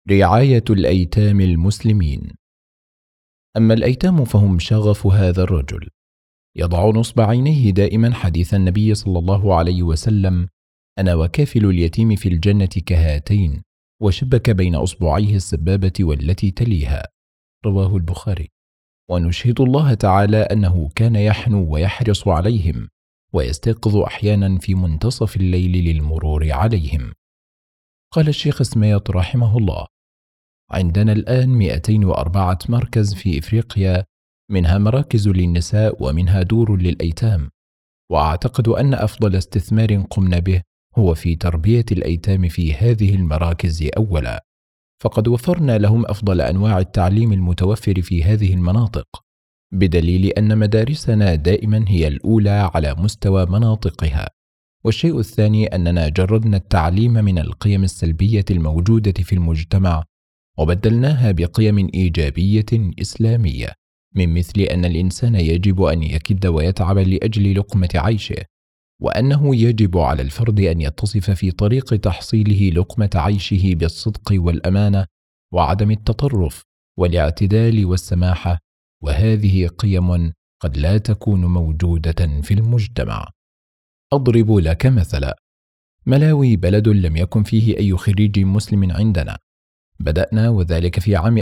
رعاية الأيتام المسلمين. أما الأيتام فهم شغف هذا الرجل، يضع نصب عينيه دائما حديث النبي صلى الله عليه وسلم: أنا وكافل اليتيم في الجنة كهاتين، وشبك بين أصبعيه السبابة والتي تليها، رواه البخاري. ونشهد الله تعالى أنه كان يحنو ويحرص عليهم، ويستيقظ أحيانا في منتصف الليل للمرور عليهم. قال الشيخ اسميط رحمه الله: عندنا الآن 204 مركز في إفريقيا، منها مراكز للنساء ومنها دور للأيتام، وأعتقد أن أفضل استثمار قمنا به هو في تربية الأيتام في هذه المراكز أولا، فقد وفرنا لهم أفضل أنواع التعليم المتوفر في هذه المناطق، بدليل أن مدارسنا دائما هي الأولى على مستوى مناطقها. والشيء الثاني أننا جردنا التعليم من القيم السلبية الموجودة في المجتمع، وبدلناها بقيم إيجابية إسلامية، من مثل أن الإنسان يجب أن يكد ويتعب لأجل لقمة عيشه، وأنه يجب على الفرد أن يتصف في طريق تحصيله لقمة عيشه بالصدق والأمانة وعدم التطرف والاعتدال والسماحة، وهذه قيم قد لا تكون موجودة في المجتمع. أضرب لك مثلا: ملاوي بلد لم يكن فيه أي خريج مسلم عندنا، بدأنا وذلك في عام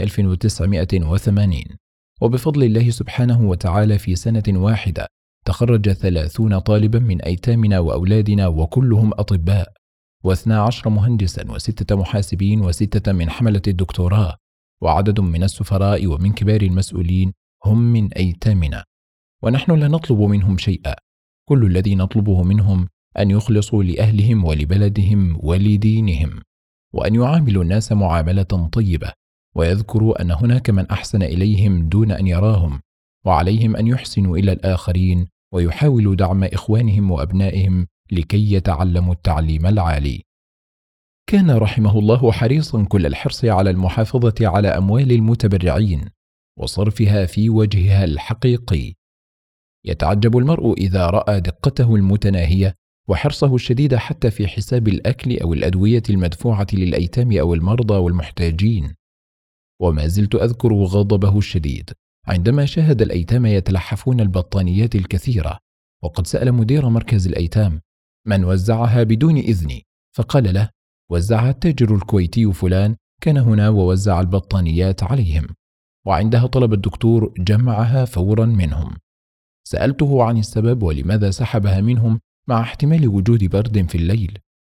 1980، وبفضل الله سبحانه وتعالى في سنة واحدة تخرج 30 طالبا من أيتامنا وأولادنا، وكلهم أطباء، و12 مهندسا و6 محاسبين و6 من حملة الدكتوراه، وعدد من السفراء ومن كبار المسؤولين هم من أيتامنا، ونحن لا نطلب منهم شيئا، كل الذي نطلبه منهم أن يخلصوا لأهلهم ولبلدهم ولدينهم، وأن يعاملوا الناس معاملة طيبة، ويذكروا أن هناك من أحسن إليهم دون أن يراهم، وعليهم أن يحسنوا إلى الآخرين ويحاولوا دعم إخوانهم وأبنائهم لكي يتعلموا التعليم العالي. كان رحمه الله حريصا كل الحرص على المحافظة على أموال المتبرعين وصرفها في وجهها الحقيقي. يتعجب المرء إذا رأى دقته المتناهية وحرصه الشديد حتى في حساب الأكل أو الأدوية المدفوعة للأيتام أو المرضى والمحتاجين. وما زلت أذكر غضبه الشديد عندما شاهد الأيتام يتلحفون البطانيات الكثيرة، وقد سأل مدير مركز الأيتام من وزعها بدون إذني، فقال له: وزعها التاجر الكويتي فلان، كان هنا ووزع البطانيات عليهم، وعندها طلب الدكتور جمعها فورا منهم. سألته عن السبب ولماذا سحبها منهم مع احتمال وجود برد في الليل،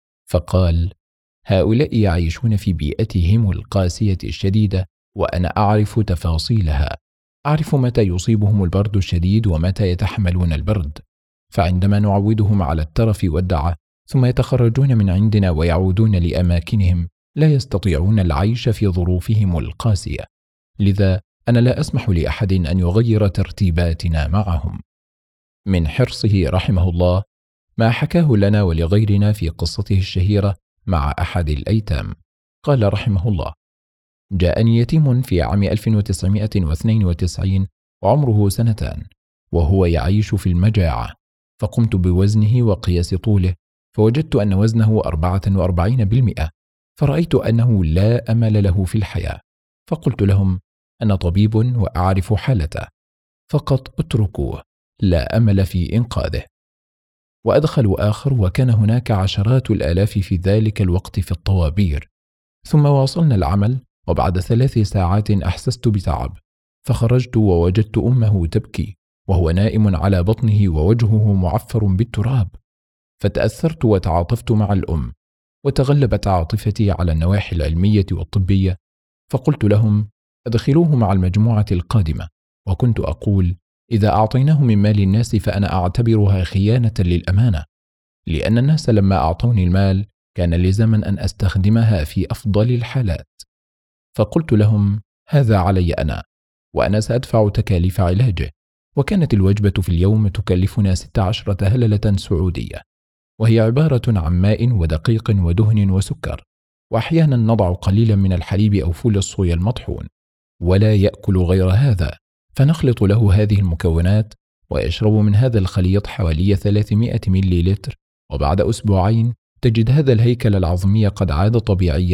فقال: هؤلاء يعيشون في بيئتهم القاسية الشديدة، وأنا أعرف تفاصيلها، أعرف متى يصيبهم البرد الشديد ومتى يتحملون البرد، فعندما نعودهم على الترف والدعة ثم يتخرجون من عندنا ويعودون لأماكنهم لا يستطيعون العيش في ظروفهم القاسية، لذا أنا لا أسمح لأحد أن يغير ترتيباتنا معهم. من حرصه رحمه الله ما حكاه لنا ولغيرنا في قصته الشهيرة مع أحد الأيتام. قال رحمه الله: جاءني يتيم في عام 1992 وعمره 2 سنين، وهو يعيش في المجاعة، فقمت بوزنه وقياس طوله، فوجدت أن وزنه 44%، فرأيت أنه لا أمل له في الحياة، فقلت لهم: أنا طبيب وأعرف حالته، فقط اتركوه، لا أمل في إنقاذه. وأدخلوا آخر، وكان هناك عشرات الآلاف في ذلك الوقت في الطوابير. ثم واصلنا العمل، وبعد 3 ساعات أحسست بتعب، فخرجت ووجدت أمه تبكي وهو نائم على بطنه ووجهه معفر بالتراب، فتأثرت وتعاطفت مع الأم، وتغلبت عاطفتي على النواحي العلمية والطبية، فقلت لهم: أدخلوه مع المجموعة القادمة. وكنت أقول: إذا أعطيناه من مال الناس فأنا أعتبرها خيانة للأمانة، لأن الناس لما أعطوني المال كان لزاما أن أستخدمها في أفضل الحالات. فقلت لهم: هذا علي أنا، وأنا سأدفع تكاليف علاجه. وكانت الوجبة في اليوم تكلفنا 16 هللة سعودية، وهي عبارة عن ماء ودقيق ودهن وسكر، وأحيانا نضع قليلا من الحليب أو فول الصويا المطحون، ولا يأكل غير هذا، فنخلط له هذه المكونات ويشرب من هذا الخليط حوالي 300 مليلتر، وبعد 2 أسبوع تجد هذا الهيكل العظمي قد عاد طبيعيا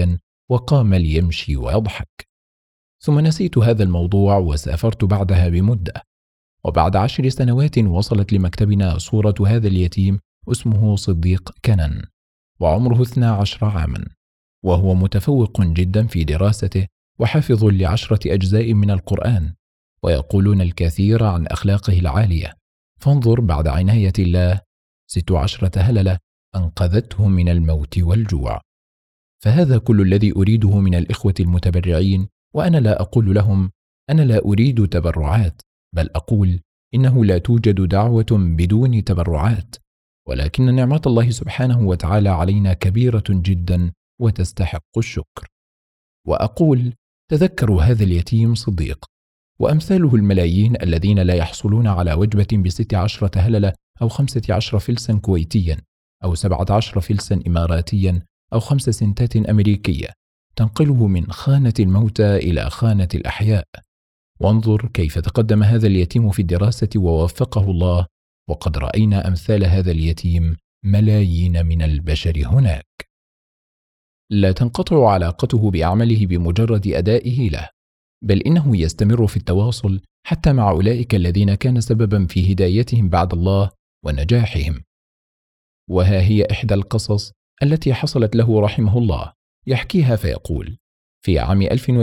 وقام ليمشي ويضحك. ثم نسيت هذا الموضوع وسافرت بعدها بمدة، وبعد 10 سنوات وصلت لمكتبنا صورة هذا اليتيم اسمه صديق كنن، وعمره 12 عاما، وهو متفوق جدا في دراسته وحافظ ل10 أجزاء من القرآن، ويقولون الكثير عن أخلاقه العالية. فانظر بعد عناية الله 16 هللة أنقذته من الموت والجوع. فهذا كل الذي أريده من الإخوة المتبرعين، وأنا لا أقول لهم أنا لا أريد تبرعات، بل أقول إنه لا توجد دعوة بدون تبرعات، ولكن نعمة الله سبحانه وتعالى علينا كبيرة جدا وتستحق الشكر. وأقول تذكروا هذا اليتيم صديق وأمثاله الملايين الذين لا يحصلون على وجبة ب16 هللة أو 15 فلسا كويتيا أو 17 فلسا إماراتيا أو 5 سنتات أمريكية تنقله من خانة الموتى إلى خانة الأحياء. وانظر كيف تقدم هذا اليتيم في الدراسة ووفقه الله، وقد رأينا أمثال هذا اليتيم ملايين من البشر هناك. لا تنقطع علاقته بأعمله بمجرد أدائه له، بل إنه يستمر في التواصل حتى مع أولئك الذين كان سببا في هدايتهم بعد الله ونجاحهم. وها هي إحدى القصص التي حصلت له رحمه الله، يحكيها فيقول: في عام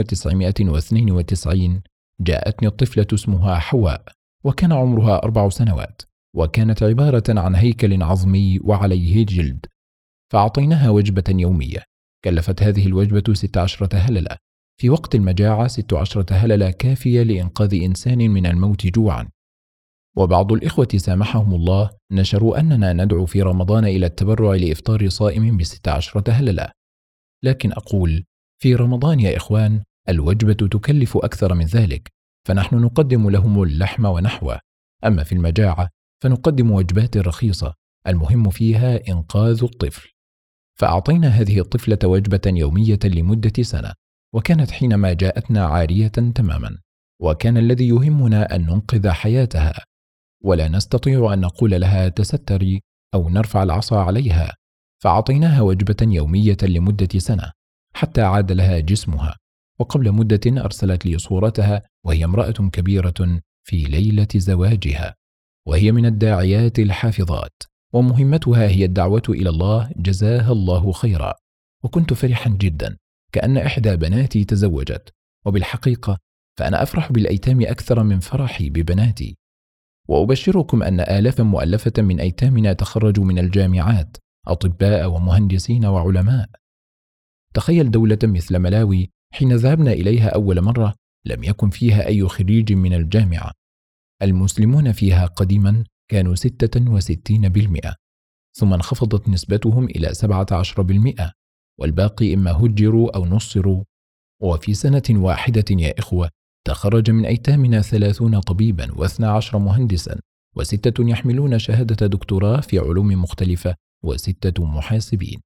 1992 جاءتني الطفلة اسمها حواء، وكان عمرها 4 سنوات، وكانت عبارة عن هيكل عظمي وعليه جلد. فأعطيناها وجبة يومية، كلفت هذه الوجبة 16 هللة. في وقت المجاعة 16 هللة كافية لإنقاذ إنسان من الموت جوعا. وبعض الإخوة سامحهم الله نشروا أننا ندعو في رمضان إلى التبرع لإفطار صائم ب16 هللة، لكن أقول في رمضان يا إخوان الوجبة تكلف أكثر من ذلك، فنحن نقدم لهم اللحم ونحوه. أما في المجاعة فنقدم وجبات رخيصة، المهم فيها إنقاذ الطفل. فأعطينا هذه الطفلة وجبة يومية لمدة سنة، وكانت حينما جاءتنا عارية تماما، وكان الذي يهمنا أن ننقذ حياتها، ولا نستطيع أن نقول لها تستري أو نرفع العصا عليها. فأعطيناها وجبة يومية لمدة سنة حتى عاد لها جسمها. وقبل مدة أرسلت لي صورتها وهي امرأة كبيرة في ليلة زواجها، وهي من الداعيات الحافظات، ومهمتها هي الدعوة إلى الله جزاها الله خيرا. وكنت فرحا جدا كأن إحدى بناتي تزوجت، وبالحقيقة فأنا أفرح بالأيتام أكثر من فرحي ببناتي. وأبشركم أن آلافا مؤلفة من أيتامنا تخرجوا من الجامعات، أطباء ومهندسين وعلماء. تخيل دولة مثل ملاوي حين ذهبنا إليها أول مرة لم يكن فيها أي خريج من الجامعة. المسلمون فيها قديما كانوا 66%، ثم انخفضت نسبتهم إلى 17%، والباقي إما هجروا أو نصروا. وفي سنة واحدة يا إخوة تخرج من أيتامنا 30 طبيبا و12 مهندسا و6 يحملون شهادة دكتوراه في علوم مختلفة و6 محاسبين.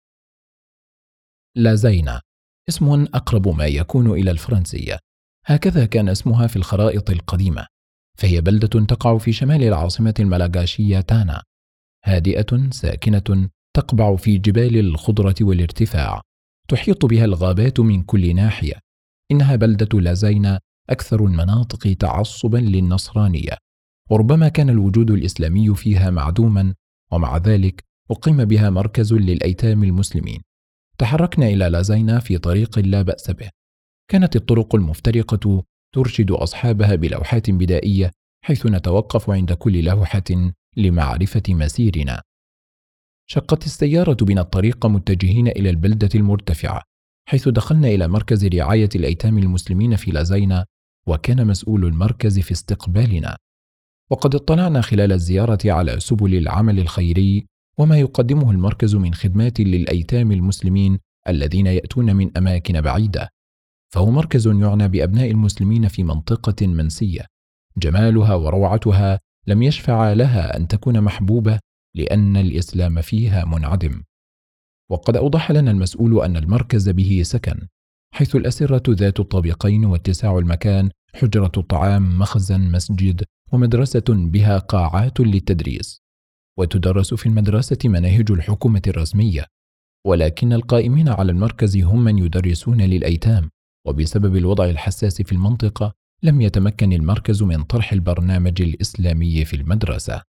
لازينا اسم أقرب ما يكون إلى الفرنسية، هكذا كان اسمها في الخرائط القديمة. فهي بلدة تقع في شمال العاصمة الملاغاشية تانا، هادئة ساكنة تقبع في جبال الخضرة والارتفاع، تحيط بها الغابات من كل ناحية. إنها بلدة لازينا أكثر المناطق تعصبا للنصرانية، وربما كان الوجود الإسلامي فيها معدوما، ومع ذلك أقيم بها مركز للأيتام المسلمين. تحركنا إلى لازينا في طريق لا بأس به. كانت الطرق المفترقة ترشد أصحابها بلوحات بدائية، حيث نتوقف عند كل لوحة لمعرفة مسيرنا. شقت السيارة بنا الطريق متجهين إلى البلدة المرتفعة، حيث دخلنا إلى مركز رعاية الأيتام المسلمين في لازينا، وكان مسؤول المركز في استقبالنا. وقد اطلعنا خلال الزيارة على سبل العمل الخيري وما يقدمه المركز من خدمات للأيتام المسلمين الذين يأتون من أماكن بعيدة. فهو مركز يعنى بأبناء المسلمين في منطقة منسية، جمالها وروعتها لم يشفع لها أن تكون محبوبة لأن الإسلام فيها منعدم. وقد أوضح لنا المسؤول أن المركز به سكن، حيث الأسرة ذات الطابقين واتساع المكان، حجرة الطعام، مخزن، مسجد، ومدرسة بها قاعات للتدريس. وتدرس في المدرسة مناهج الحكومة الرسمية، ولكن القائمين على المركز هم من يدرسون للأيتام، وبسبب الوضع الحساس في المنطقة لم يتمكن المركز من طرح البرنامج الإسلامي في المدرسة.